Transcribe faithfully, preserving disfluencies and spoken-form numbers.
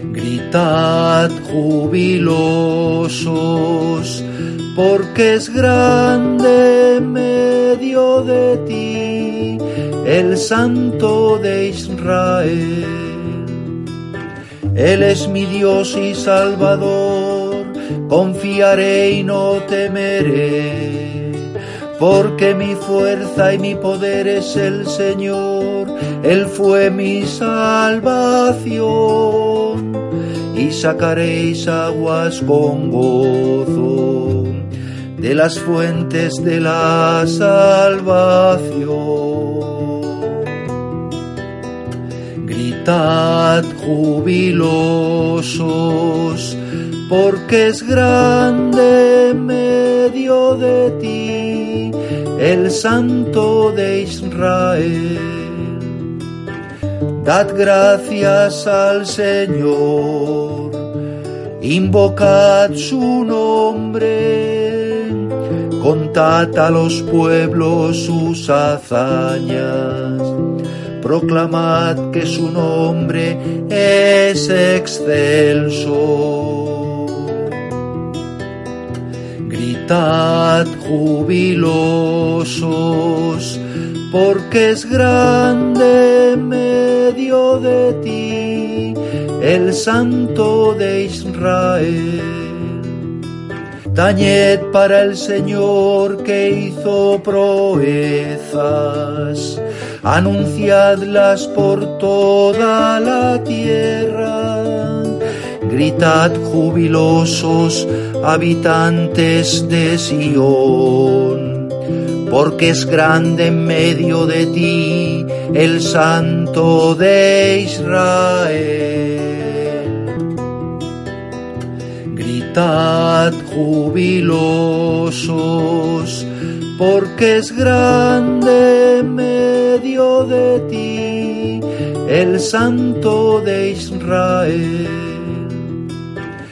Gritad jubilosos, porque es grande en medio de ti el Santo de Israel. Él es mi Dios y Salvador, confiaré y no temeré, porque mi fuerza y mi poder es el Señor. Él fue mi salvación, y sacaréis aguas con gozo de las fuentes de la salvación. Gritad jubilosos, porque es grande en medio de ti el Santo de Israel. Dad gracias al Señor, invocad su nombre, contad a los pueblos sus hazañas, proclamad que su nombre es excelso. Gritad jubilosos, porque es grande en medio de ti el Santo de Israel. Tañed para el Señor que hizo proezas, anunciadlas por toda la tierra. Gritad jubilosos, habitantes de Sión, porque es grande en medio de ti el Santo de Israel. Gritad jubilosos, porque es grande en medio de ti el Santo de Israel.